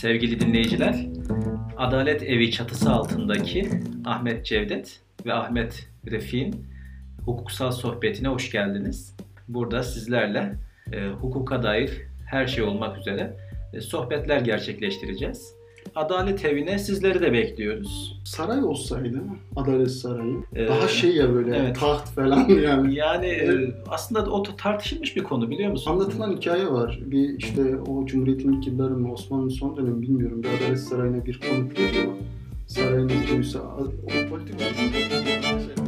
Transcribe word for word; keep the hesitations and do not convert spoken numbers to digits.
Sevgili dinleyiciler, Adalet Evi çatısı altındaki Ahmet Cevdet ve Ahmet Refik'in hukuksal sohbetine hoş geldiniz. Burada sizlerle e, hukuka dair her şey olmak üzere e, sohbetler gerçekleştireceğiz. Adalet Evi'ne sizleri de bekliyoruz. Saray olsaydı, Adalet Sarayı, Ee, daha şey ya böyle evet. taht falan yani. Yani Evet. e, aslında o tartışılmış bir konu, biliyor musun? Anlatılan hikaye var. Bir işte o Cumhuriyet'in ilk yılları mı, Osmanlı'nın son dönemi bilmiyorum. Bir Adalet Sarayı'na bir konuk geliyor. Sarayın müdürüyse o politik